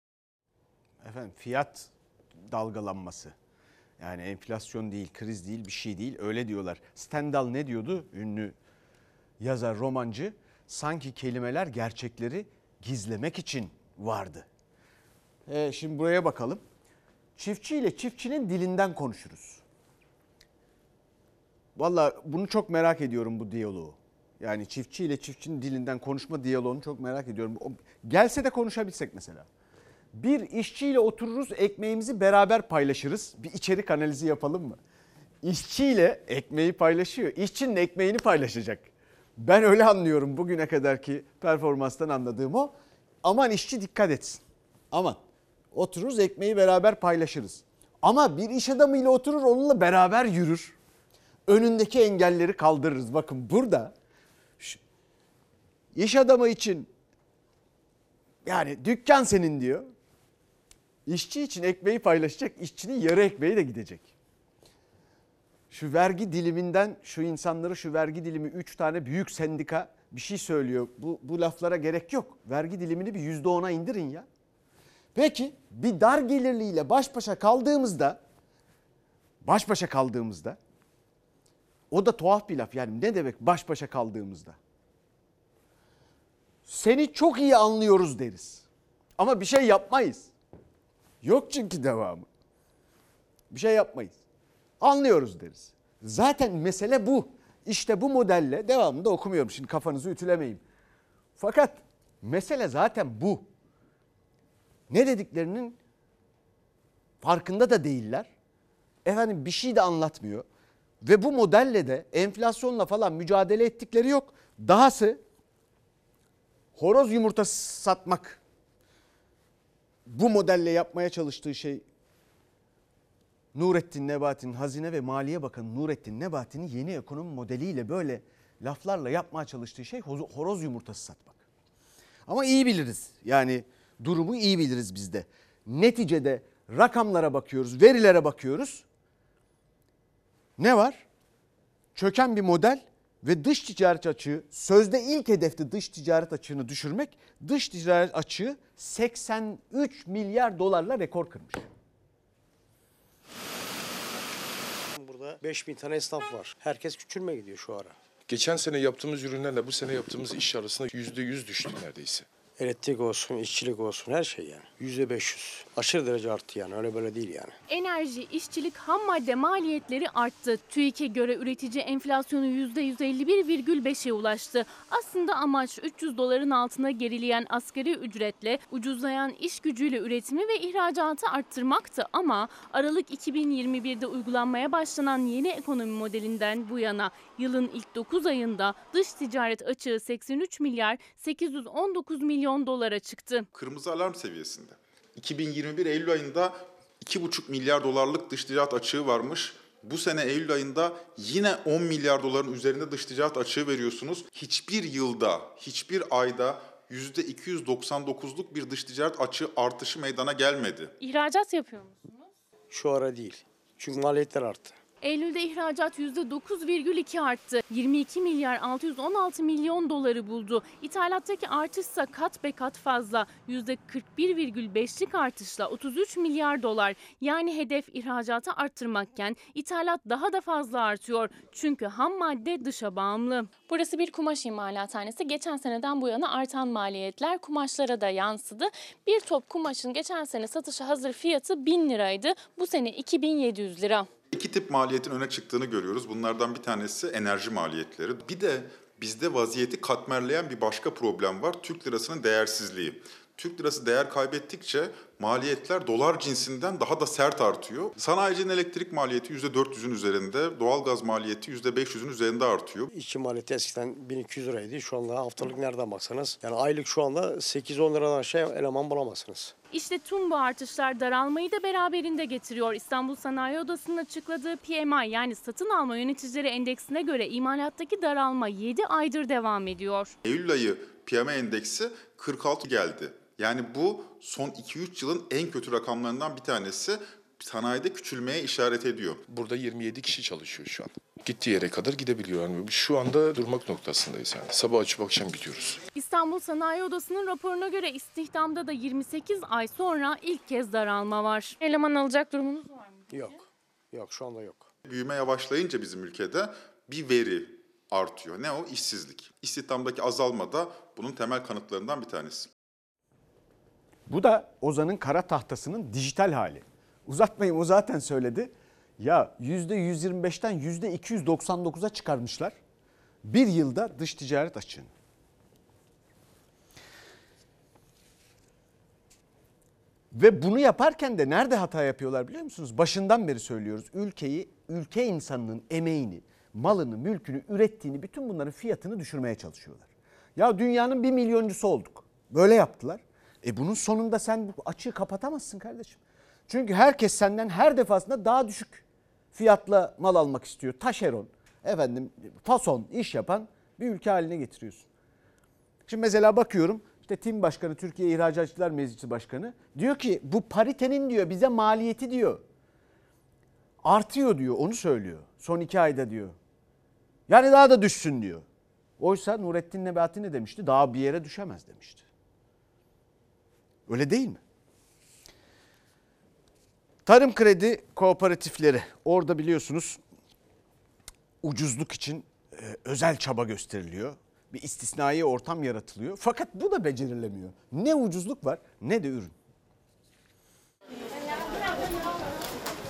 Efendim fiyat dalgalanması. Yani enflasyon değil, kriz değil, bir şey değil. Öyle diyorlar. Stendhal ne diyordu? Ünlü yazar, romancı. Sanki kelimeler gerçekleri gizlemek için vardı. Şimdi buraya bakalım. Çiftçi ile çiftçinin dilinden konuşuruz. Vallahi bunu çok merak ediyorum bu diyaloğu. Yani çiftçi ile çiftçinin dilinden konuşma diyaloğunu çok merak ediyorum. Gelse de konuşabilsek mesela. Bir işçiyle otururuz, ekmeğimizi beraber paylaşırız. Bir içerik analizi yapalım mı? İşçiyle ekmeği paylaşıyor. İşçinin ekmeğini paylaşacak. Ben öyle anlıyorum bugüne kadarki performanstan anladığım o. Aman işçi dikkat etsin. Aman. Otururuz, ekmeği beraber paylaşırız. Ama bir iş adamıyla oturur, onunla beraber yürür. Önündeki engelleri kaldırırız. Bakın burada iş adamı için yani dükkan senin diyor. İşçi için ekmeği paylaşacak, işçinin yarı ekmeği de gidecek. Şu vergi diliminden şu insanları şu vergi dilimi 3 tane büyük sendika bir şey söylüyor. Bu laflara gerek yok. Vergi dilimini bir %10'a indirin ya. Peki bir dar gelirliyle baş başa kaldığımızda o da tuhaf bir laf. Yani ne demek baş başa kaldığımızda? Seni çok iyi anlıyoruz deriz. Ama bir şey yapmayız. Yok çünkü devamı. Bir şey yapmayız. Anlıyoruz deriz. Zaten mesele bu. İşte bu modelle devamını da okumuyorum şimdi kafanızı ütülemeyin. Fakat mesele zaten bu. Ne dediklerinin farkında da değiller. Efendim bir şey de anlatmıyor. Ve bu modelle de enflasyonla falan mücadele ettikleri yok. Dahası horoz yumurtası satmak. Bu modelle yapmaya çalıştığı şey Nurettin Nebati'nin, Hazine ve Maliye Bakanı Nurettin Nebati'nin yeni ekonomi modeliyle böyle laflarla yapmaya çalıştığı şey horoz yumurtası satmak. Ama iyi biliriz. Yani durumu iyi biliriz biz de. Neticede rakamlara bakıyoruz, verilere bakıyoruz. Ne var? Çöken bir model ve dış ticaret açığı, sözde ilk hedefti dış ticaret açığını düşürmek. Dış ticaret açığı 83 milyar dolarla rekor kırmış. Burada 5000 tane esnaf var. Herkes küçülme gidiyor şu ara. Geçen sene yaptığımız ürünlerle bu sene yaptığımız iş arasında %100 düştü neredeyse. Elektrik olsun, işçilik olsun her şey yani. %500. Aşırı derece arttı yani öyle böyle değil yani. Enerji, işçilik, ham madde maliyetleri arttı. TÜİK'e göre üretici enflasyonu %151,5'e ulaştı. Aslında amaç 300 doların altına gerileyen asgari ücretle ucuzlayan iş gücüyle üretimi ve ihracatı arttırmaktı. Ama Aralık 2021'de uygulanmaya başlanan yeni ekonomi modelinden bu yana yılın ilk 9 ayında dış ticaret açığı 83 milyar 819 milyon dolara çıktı. Kırmızı alarm seviyesinde. 2021 Eylül ayında 2,5 milyar dolarlık dış ticaret açığı varmış. Bu sene Eylül ayında yine 10 milyar doların üzerinde dış ticaret açığı veriyorsunuz. Hiçbir yılda, hiçbir ayda %299'luk bir dış ticaret açığı artışı meydana gelmedi. İhracat yapıyor musunuz? Şu ara değil. Çünkü maliyetler arttı. Eylül'de ihracat %9,2 arttı. 22 milyar 616 milyon doları buldu. İthalattaki artışsa kat be kat fazla. %41,5'lik artışla 33 milyar dolar. Yani hedef ihracatı arttırmakken ithalat daha da fazla artıyor. Çünkü ham madde dışa bağımlı. Burası bir kumaş imalathanesi. Geçen seneden bu yana artan maliyetler kumaşlara da yansıdı. Bir top kumaşın geçen sene satışa hazır fiyatı 1000 liraydı. Bu sene 2700 lira. İki tip maliyetin öne çıktığını görüyoruz. Bunlardan bir tanesi enerji maliyetleri. Bir de bizde vaziyeti katmerleyen bir başka problem var. Türk lirasının değersizliği. Türk lirası değer kaybettikçe maliyetler dolar cinsinden daha da sert artıyor. Sanayicinin elektrik maliyeti %400'ün üzerinde, doğalgaz maliyeti %500'ün üzerinde artıyor. İşçi maliyeti eskiden 1200 liraydı. Şu anda haftalık nereden baksanız. Yani aylık şu anda 8-10 liradan aşağı eleman bulamazsınız. İşte tüm bu artışlar daralmayı da beraberinde getiriyor. İstanbul Sanayi Odası'nın açıkladığı PMI yani satın alma yöneticileri endeksine göre imalattaki daralma 7 aydır devam ediyor. Eylül ayı PMI endeksi 46 geldi. Yani bu son 2-3 yılın en kötü rakamlarından bir tanesi. Sanayide küçülmeye işaret ediyor. Burada 27 kişi çalışıyor şu an. Gittiği yere kadar gidebiliyor. Yani şu anda durmak noktasındayız yani. Sabah açıp akşam gidiyoruz. İstanbul Sanayi Odası'nın raporuna göre istihdamda da 28 ay sonra ilk kez daralma var. Eleman alacak durumunuz var mı? Yok. Yok şu anda yok. Büyüme yavaşlayınca bizim ülkede bir veri artıyor. Ne o? İşsizlik. İstihdamdaki azalma da bunun temel kanıtlarından bir tanesi. Bu da Ozan'ın kara tahtasının dijital hali. Uzatmayayım, o zaten söyledi. Ya %125'ten %299'a çıkarmışlar. Bir yılda dış ticaret açığını. Ve bunu yaparken de nerede hata yapıyorlar biliyor musunuz? Başından beri söylüyoruz. Ülke insanının emeğini, malını, mülkünü, ürettiğini, bütün bunların fiyatını düşürmeye çalışıyorlar. Ya dünyanın 1 milyoncusu olduk. Böyle yaptılar. Bunun sonunda sen bu açığı kapatamazsın kardeşim. Çünkü herkes senden her defasında daha düşük fiyatla mal almak istiyor. Taşeron, fason iş yapan bir ülke haline getiriyorsun. Şimdi mesela bakıyorum işte TİM Başkanı, Türkiye İhracatçılar Meclisi Başkanı diyor ki bu paritenin diyor bize maliyeti diyor artıyor diyor, onu söylüyor. Son 2 ayda diyor. Yani daha da düşsün diyor. Oysa Nurettin Nebati ne demişti? Daha bir yere düşemez demişti. Öyle değil mi? Tarım kredi kooperatifleri, orada biliyorsunuz ucuzluk için özel çaba gösteriliyor. Bir istisnai ortam yaratılıyor. Fakat bu da becerilemiyor. Ne ucuzluk var ne de ürün.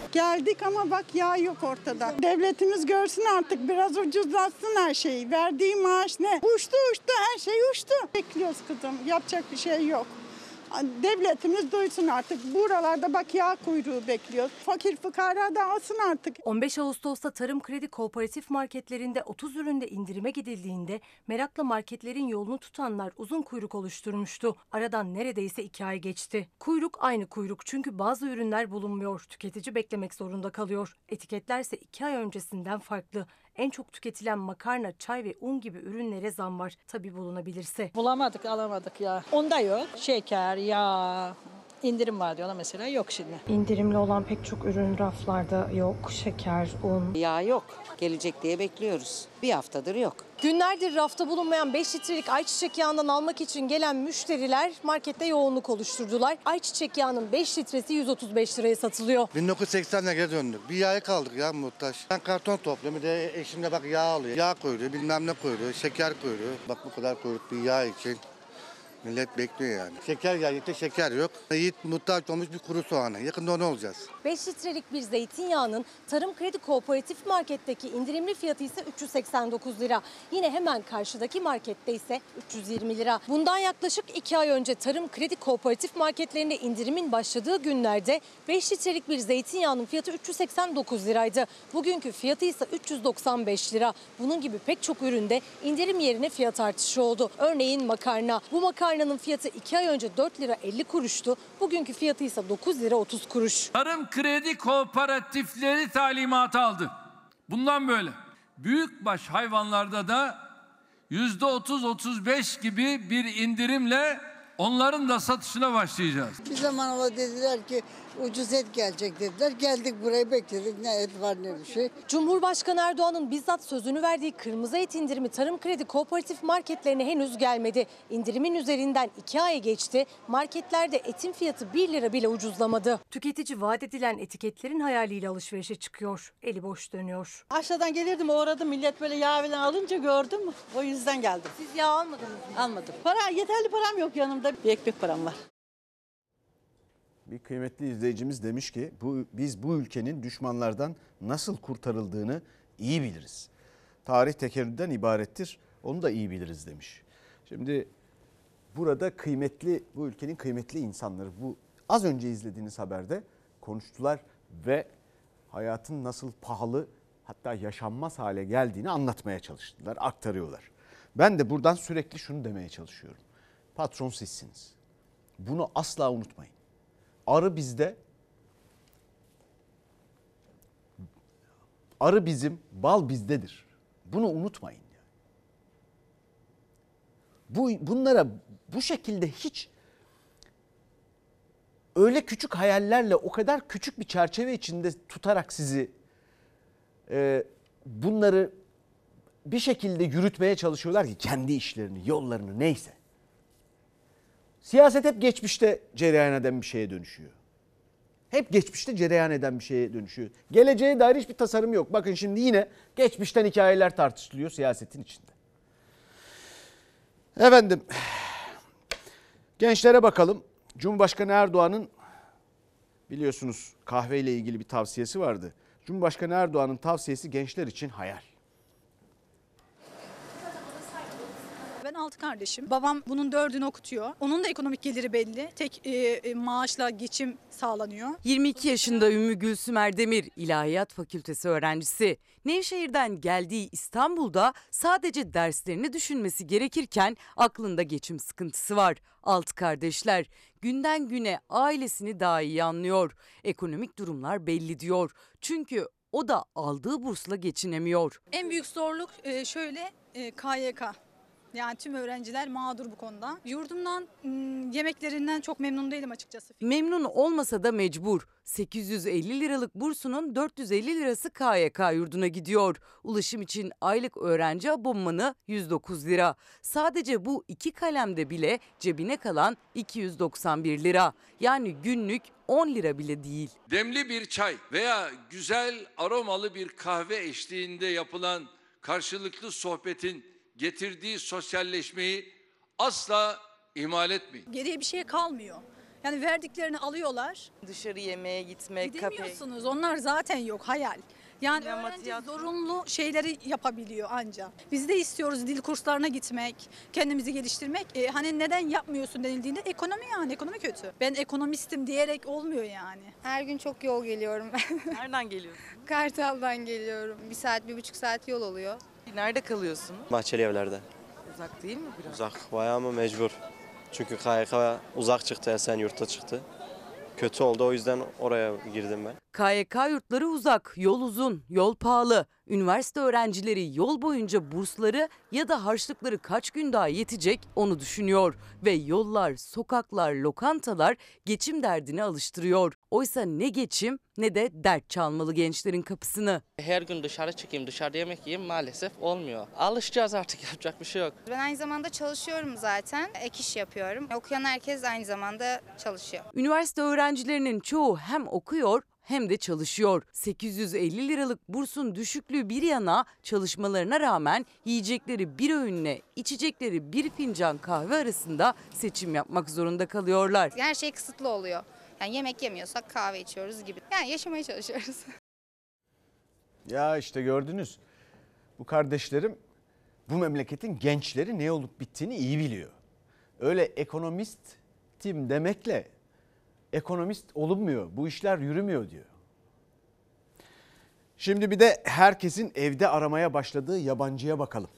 Geldik ama bak yağ yok ortada. Devletimiz görsün artık, biraz ucuzlatsın her şeyi. Verdiği maaş ne? Uçtu her şey uçtu. Bekliyoruz kızım, yapacak bir şey yok. Devletimiz duysun artık. Buralarda bak yağ kuyruğu bekliyor. Fakir fukara da alsın artık. 15 Ağustos'ta Tarım Kredi Kooperatif marketlerinde 30 üründe indirime gidildiğinde merakla marketlerin yolunu tutanlar uzun kuyruk oluşturmuştu. Aradan neredeyse 2 ay geçti. Kuyruk aynı kuyruk çünkü bazı ürünler bulunmuyor. Tüketici beklemek zorunda kalıyor. Etiketlerse 2 ay öncesinden farklı. En çok tüketilen makarna, çay ve un gibi ürünlere zam var. Tabii bulunabilirse. Bulamadık, alamadık ya. Onda yok. Şeker, yağ, indirim var diyorlar mesela, yok şimdi. İndirimli olan pek çok ürün raflarda yok. Şeker, un. Yağ yok. Gelecek diye bekliyoruz. Bir haftadır yok. Günlerdir rafta bulunmayan 5 litrelik ayçiçek yağından almak için gelen müşteriler markette yoğunluk oluşturdular. Ayçiçek yağının 5 litresi 135 liraya satılıyor. 1980'e geri döndük. Bir yağa kaldık ya muhtaç. Ben karton topluyorum. Bir de eşim de bak yağ alıyor. Yağ kuyruğu, bilmem ne kuyruğu, şeker kuyruğu. Bak bu kadar kuyruk bir yağ için. Millet bekliyor yani. Şeker geldi, şeker yok. Yiğit muhtaç olmuş bir kuru soğanı. Yakında onu olacağız. 5 litrelik bir zeytinyağının Tarım Kredi Kooperatif marketteki indirimli fiyatı ise 389 lira. Yine hemen karşıdaki markette ise 320 lira. Bundan yaklaşık 2 ay önce Tarım Kredi Kooperatif marketlerinde indirimin başladığı günlerde 5 litrelik bir zeytinyağının fiyatı 389 liraydı. Bugünkü fiyatı ise 395 lira. Bunun gibi pek çok üründe indirim yerine fiyat artışı oldu. Örneğin makarna. Bu makarnanın fiyatı 2 ay önce 4 lira 50 kuruştu. Bugünkü fiyatı ise 9 lira 30 kuruş. Tarım Kredi Kooperatifleri talimatı aldı. Bundan böyle büyükbaş hayvanlarda da %30-35 gibi bir indirimle onların da satışına başlayacağız. Bir zaman ola dediler ki ucuz et gelecek dediler. Geldik buraya bekledik. Ne et var ne bir şey. Cumhurbaşkanı Erdoğan'ın bizzat sözünü verdiği kırmızı et indirimi Tarım Kredi Kooperatif marketlerine henüz gelmedi. İndirimin üzerinden 2 ay geçti. Marketlerde etin fiyatı 1 lira bile ucuzlamadı. Tüketici vaat edilen etiketlerin hayaliyle alışverişe çıkıyor. Eli boş dönüyor. Aşağıdan gelirdim, uğradım. Millet böyle yağ falan alınca gördüm. O yüzden geldim. Siz yağ almadınız mı? Almadım. Yeterli param yok yanımda. Bir ekmek param var. Bir kıymetli izleyicimiz demiş ki biz bu ülkenin düşmanlardan nasıl kurtarıldığını iyi biliriz. Tarih tekerrürden ibarettir. Onu da iyi biliriz demiş. Şimdi burada bu ülkenin kıymetli insanları bu az önce izlediğiniz haberde konuştular ve hayatın nasıl pahalı, hatta yaşanmaz hale geldiğini anlatmaya çalıştılar, aktarıyorlar. Ben de buradan sürekli şunu demeye çalışıyorum. Patron sizsiniz. Bunu asla unutmayın. Arı bizde, arı bizim, bal bizdedir. Bunu unutmayın. Bunlara bu şekilde hiç öyle küçük hayallerle, o kadar küçük bir çerçeve içinde tutarak sizi bunları bir şekilde yürütmeye çalışıyorlar ki kendi işlerini, yollarını neyse. Siyaset hep geçmişte cereyan eden bir şeye dönüşüyor. Hep geçmişte cereyan eden bir şeye dönüşüyor. Geleceğe dair hiçbir tasarım yok. Bakın şimdi yine geçmişten hikayeler tartışılıyor siyasetin içinde. Efendim, gençlere bakalım. Cumhurbaşkanı Erdoğan'ın biliyorsunuz kahveyle ilgili bir tavsiyesi vardı. Cumhurbaşkanı Erdoğan'ın tavsiyesi gençler için hayal. Ben 6 kardeşim. Babam bunun 4'ünü okutuyor. Onun da ekonomik geliri belli. Tek maaşla geçim sağlanıyor. 22 yaşında Ümmü Gülsüm Erdemir, İlahiyat Fakültesi öğrencisi. Nevşehir'den geldiği İstanbul'da sadece derslerini düşünmesi gerekirken aklında geçim sıkıntısı var. 6 kardeşler günden güne ailesini daha iyi anlıyor. Ekonomik durumlar belli diyor. Çünkü o da aldığı bursla geçinemiyor. En büyük zorluk şöyle KYK. Yani tüm öğrenciler mağdur bu konuda. Yurdumdan, yemeklerinden çok memnun değilim açıkçası. Memnun olmasa da mecbur. 850 liralık bursunun 450 lirası KYK yurduna gidiyor. Ulaşım için aylık öğrenci abonmanı 109 lira. Sadece bu 2 kalemde bile cebine kalan 291 lira. Yani günlük 10 lira bile değil. Demli bir çay veya güzel aromalı bir kahve eşliğinde yapılan karşılıklı sohbetin getirdiği sosyalleşmeyi asla ihmal etmeyin. Geriye bir şey kalmıyor. Yani verdiklerini alıyorlar. Dışarı yemeğe gitmek, Gidemiyorsunuz. Onlar zaten yok, hayal. Yani öğrenci zorunlu şeyleri yapabiliyor anca. Biz de istiyoruz dil kurslarına gitmek, kendimizi geliştirmek. Hani neden yapmıyorsun denildiğinde ekonomi, yani ekonomi kötü. Ben ekonomistim diyerek olmuyor yani. Her gün çok yol geliyorum ben. Nereden geliyorsun? Kartal'dan geliyorum. 1 saat, 1,5 saat yol oluyor. Nerede kalıyorsun? Bahçeli evlerde. Uzak değil mi biraz? Uzak, bayağı mı mecbur. Çünkü KYK uzak çıktı, Esenyurt'ta çıktı. Kötü oldu, o yüzden oraya girdim ben. KYK yurtları uzak, yol uzun, yol pahalı. Üniversite öğrencileri yol boyunca bursları ya da harçlıkları kaç gün daha yetecek onu düşünüyor. Ve yollar, sokaklar, lokantalar geçim derdine alıştırıyor. Oysa ne geçim ne de dert çalmalı gençlerin kapısını. Her gün dışarı çıkayım, dışarıda yemek yiyeyim maalesef olmuyor. Alışacağız artık, yapacak bir şey yok. Ben aynı zamanda çalışıyorum zaten. Ek iş yapıyorum. Okuyan herkes aynı zamanda çalışıyor. Üniversite öğrencilerinin çoğu hem okuyor hem de çalışıyor. 850 liralık bursun düşüklüğü bir yana çalışmalarına rağmen yiyecekleri bir öğünle içecekleri bir fincan kahve arasında seçim yapmak zorunda kalıyorlar. Her şey kısıtlı oluyor. Yani yemek yemiyorsak kahve içiyoruz gibi. Yani yaşamaya çalışıyoruz. Ya işte gördünüz. Bu kardeşlerim bu memleketin gençleri ne olup bittiğini iyi biliyor. Öyle ekonomistim demekle ekonomist olunmuyor. Bu işler yürümüyor diyor. Şimdi bir de herkesin evde aramaya başladığı yabancıya bakalım.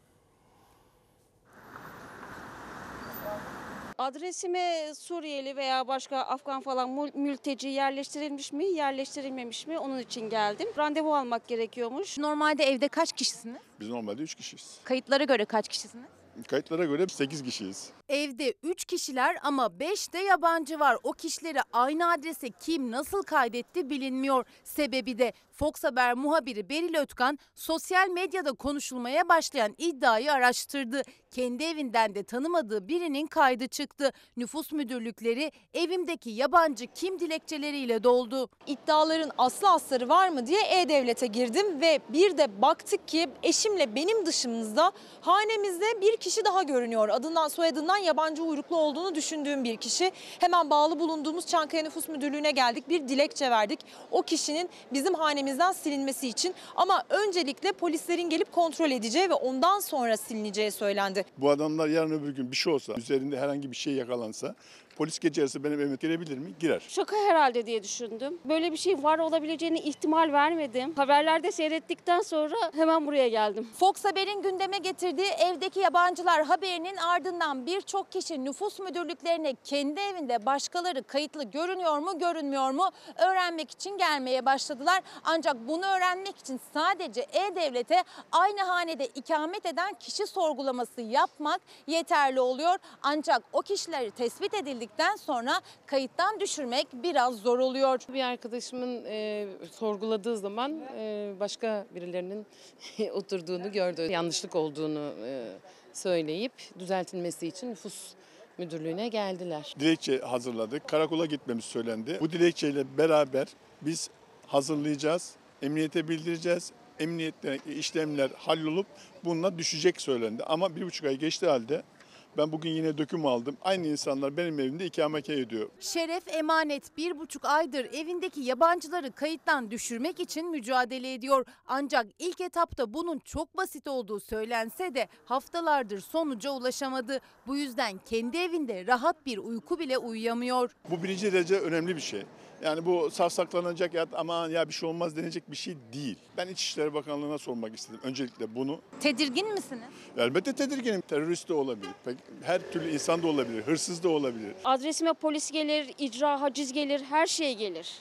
Adresime Suriyeli veya başka Afgan falan mülteci yerleştirilmiş mi, yerleştirilmemiş mi onun için geldim. Randevu almak gerekiyormuş. Normalde evde kaç kişisiniz? Biz normalde 3 kişiyiz. Kayıtlara göre kaç kişisiniz? Kayıtlara göre 8 kişiyiz. Evde 3 kişiler ama 5 de yabancı var. O kişileri aynı adrese kim nasıl kaydetti bilinmiyor. Sebebi de Fox Haber muhabiri Beril Ötkan sosyal medyada konuşulmaya başlayan iddiayı araştırdı. Kendi evinden de tanımadığı birinin kaydı çıktı. Nüfus müdürlükleri evimdeki yabancı kim dilekçeleriyle doldu. İddiaların aslı astarı var mı diye E-Devlet'e girdim ve bir de baktık ki eşimle benim dışımızda hanemizde bir kişi daha görünüyor. Adından soyadından yabancı uyruklu olduğunu düşündüğüm bir kişi. Hemen bağlı bulunduğumuz Çankaya Nüfus Müdürlüğü'ne geldik. Bir dilekçe verdik. O kişinin bizim hanemizden silinmesi için, ama öncelikle polislerin gelip kontrol edeceği ve ondan sonra silineceği söylendi. Bu adamlar yarın öbür gün bir şey olsa, üzerinde herhangi bir şey yakalansa polis gece yarısı benim evime girebilir mi? Girer. Şaka herhalde diye düşündüm. Böyle bir şey var olabileceğini ihtimal vermedim. Haberlerde seyrettikten sonra hemen buraya geldim. Fox Haber'in gündeme getirdiği evdeki yabancılar haberinin ardından birçok kişi nüfus müdürlüklerine kendi evinde başkaları kayıtlı görünüyor mu görünmüyor mu öğrenmek için gelmeye başladılar. Ancak bunu öğrenmek için sadece E-Devlet'e aynı hanede ikamet eden kişi sorgulaması yapmak yeterli oluyor. Ancak o kişileri tespit edildikten sonra kayıttan düşürmek biraz zor oluyor. Bir arkadaşımın sorguladığı zaman başka birilerinin oturduğunu gördü. Yanlışlık olduğunu söyleyip düzeltilmesi için nüfus müdürlüğüne geldiler. Dilekçe hazırladık. Karakola gitmemiz söylendi. Bu dilekçeyle beraber biz hazırlayacağız, emniyete bildireceğiz. Emniyette işlemler hallolup bununla düşecek söylendi. Ama 1,5 ay geçti halde ben bugün yine döküm aldım. Aynı insanlar benim evimde ikamet ediyor. Şeref Emanet 1,5 aydır evindeki yabancıları kayıttan düşürmek için mücadele ediyor. Ancak ilk etapta bunun çok basit olduğu söylense de haftalardır sonuca ulaşamadı. Bu yüzden kendi evinde rahat bir uyku bile uyuyamıyor. Bu birinci derece önemli bir şey. Yani bu savsaklanacak ya aman ya bir şey olmaz denecek bir şey değil. Ben İçişleri Bakanlığı'na sormak istedim öncelikle bunu. Tedirgin misiniz? Elbette tedirginim. Terörist de olabilir, her türlü insan da olabilir, hırsız da olabilir. Adresime polis gelir, icra, haciz gelir, her şey gelir.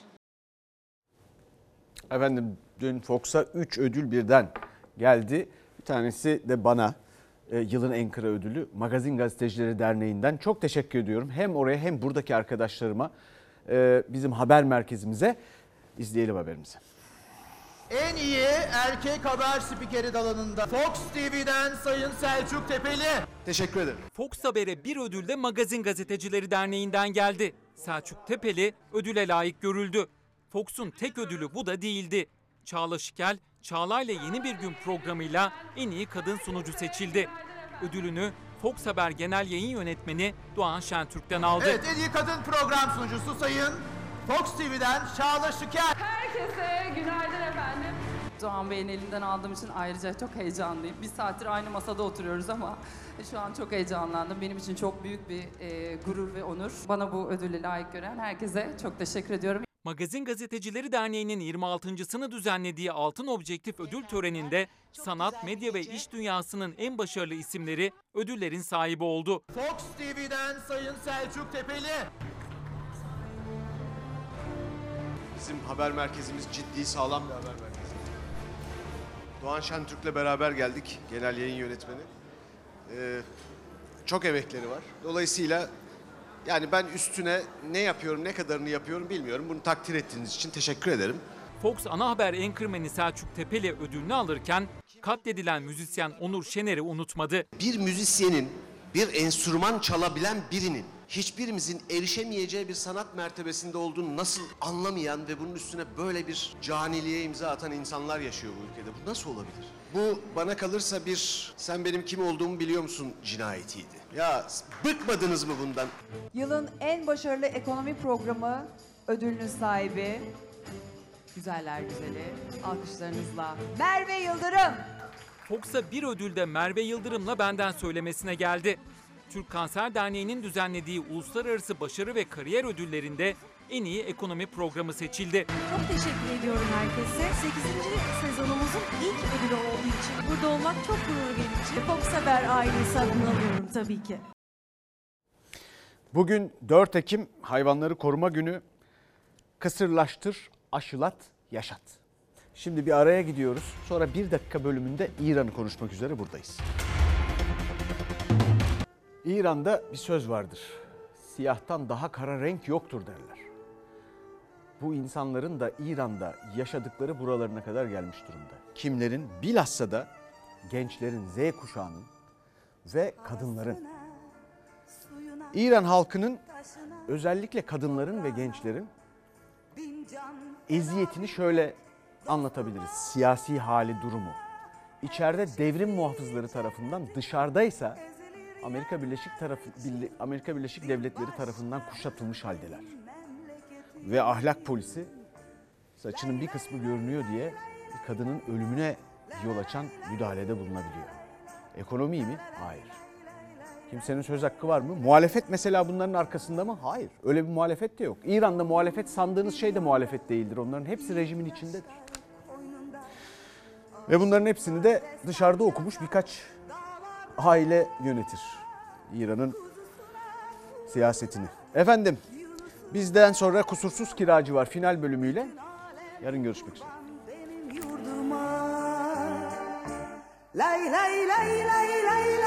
Efendim dün Fox'a 3 ödül birden geldi. Bir tanesi de bana yılın en kıra ödülü Magazin Gazetecileri Derneği'nden. Çok teşekkür ediyorum. Hem oraya hem buradaki arkadaşlarıma, bizim haber merkezimize. İzleyelim haberimizi. En iyi erkek haber spikeri dalında Fox TV'den Sayın Selçuk Tepeli. Teşekkür ederim. Fox Haber'e bir ödül de Magazin Gazetecileri Derneği'nden geldi. Selçuk Tepeli ödüle layık görüldü. Fox'un tek ödülü bu da değildi. Çağla Şikel, Çağla'yla Yeni Bir Gün programıyla en iyi kadın sunucu seçildi. Ödülünü Fox Haber Genel Yayın Yönetmeni Doğan Şentürk'ten aldı. Evet, en iyi kadın program sunucusu Sayın Fox TV'den Çağla Şiker. Herkese günaydın efendim. Doğan Bey'in elinden aldığım için ayrıca çok heyecanlıyım. Bir saattir aynı masada oturuyoruz ama şu an çok heyecanlandım. Benim için çok büyük bir gurur ve onur. Bana bu ödülle layık gören herkese çok teşekkür ediyorum. Magazin Gazetecileri Derneği'nin 26.sını düzenlediği Altın Objektif ödül töreninde sanat, medya ve iş dünyasının en başarılı isimleri ödüllerin sahibi oldu. Fox TV'den Sayın Selçuk Tepeli. Bizim haber merkezimiz ciddi, sağlam bir haber merkezi. Doğan Şentürk'le beraber geldik, genel yayın yönetmeni. Çok emekleri var. Dolayısıyla yani ben üstüne ne yapıyorum, ne kadarını yapıyorum bilmiyorum. Bunu takdir ettiğiniz için teşekkür ederim. Fox ana haber enkırmeni Selçuk Tepeli ödülünü alırken katledilen müzisyen Onur Şener'i unutmadı. Bir müzisyenin, bir enstrüman çalabilen birinin hiçbirimizin erişemeyeceği bir sanat mertebesinde olduğunu nasıl anlamayan ve bunun üstüne böyle bir caniliğe imza atan insanlar yaşıyor bu ülkede. Bu nasıl olabilir? Bu bana kalırsa bir sen benim kim olduğumu biliyor musun cinayetiydi. Ya bıkmadınız mı bundan? Yılın en başarılı ekonomi programı ödülünün sahibi, güzeller güzeli, alkışlarınızla Merve Yıldırım. Fox'a bir ödül de Merve Yıldırım'la benden söylemesine geldi. Türk Kanser Derneği'nin düzenlediği Uluslararası Başarı ve Kariyer Ödülleri'nde en iyi ekonomi programı seçildi. Çok teşekkür ediyorum herkese. 8. sezonumuzun ilk ödülü olduğu için burada olmak çok gurur verici. Fox Haber ailesi adına alıyorum tabii ki. Bugün 4 Ekim Hayvanları Koruma Günü. Kısırlaştır, aşılat, yaşat. Şimdi bir araya gidiyoruz. Sonra 1 dakika bölümünde İran'ı konuşmak üzere buradayız. İran'da bir söz vardır. Siyahtan daha kara renk yoktur derler. Bu insanların da İran'da yaşadıkları buralarına kadar gelmiş durumda. Kimlerin? Bilhassa da gençlerin, Z kuşağının ve kadınların. İran halkının, özellikle kadınların ve gençlerin eziyetini şöyle anlatabiliriz. Siyasi hali, durumu. İçeride devrim muhafızları tarafından, dışarıdaysa Amerika Birleşik Devletleri tarafından kuşatılmış haldeler. Ve ahlak polisi saçının bir kısmı görünüyor diye bir kadının ölümüne yol açan müdahalede bulunabiliyor. Ekonomi mi? Hayır. Kimsenin söz hakkı var mı? Muhalefet mesela bunların arkasında mı? Hayır. Öyle bir muhalefet de yok. İran'da muhalefet sandığınız şey de muhalefet değildir. Onların hepsi rejimin içindedir. Ve bunların hepsini de dışarıda okumuş birkaç aile yönetir İran'ın siyasetini. Efendim, bizden sonra Kusursuz Kiracı var final bölümüyle. Yarın görüşmek üzere. Lay lay lay lay lay.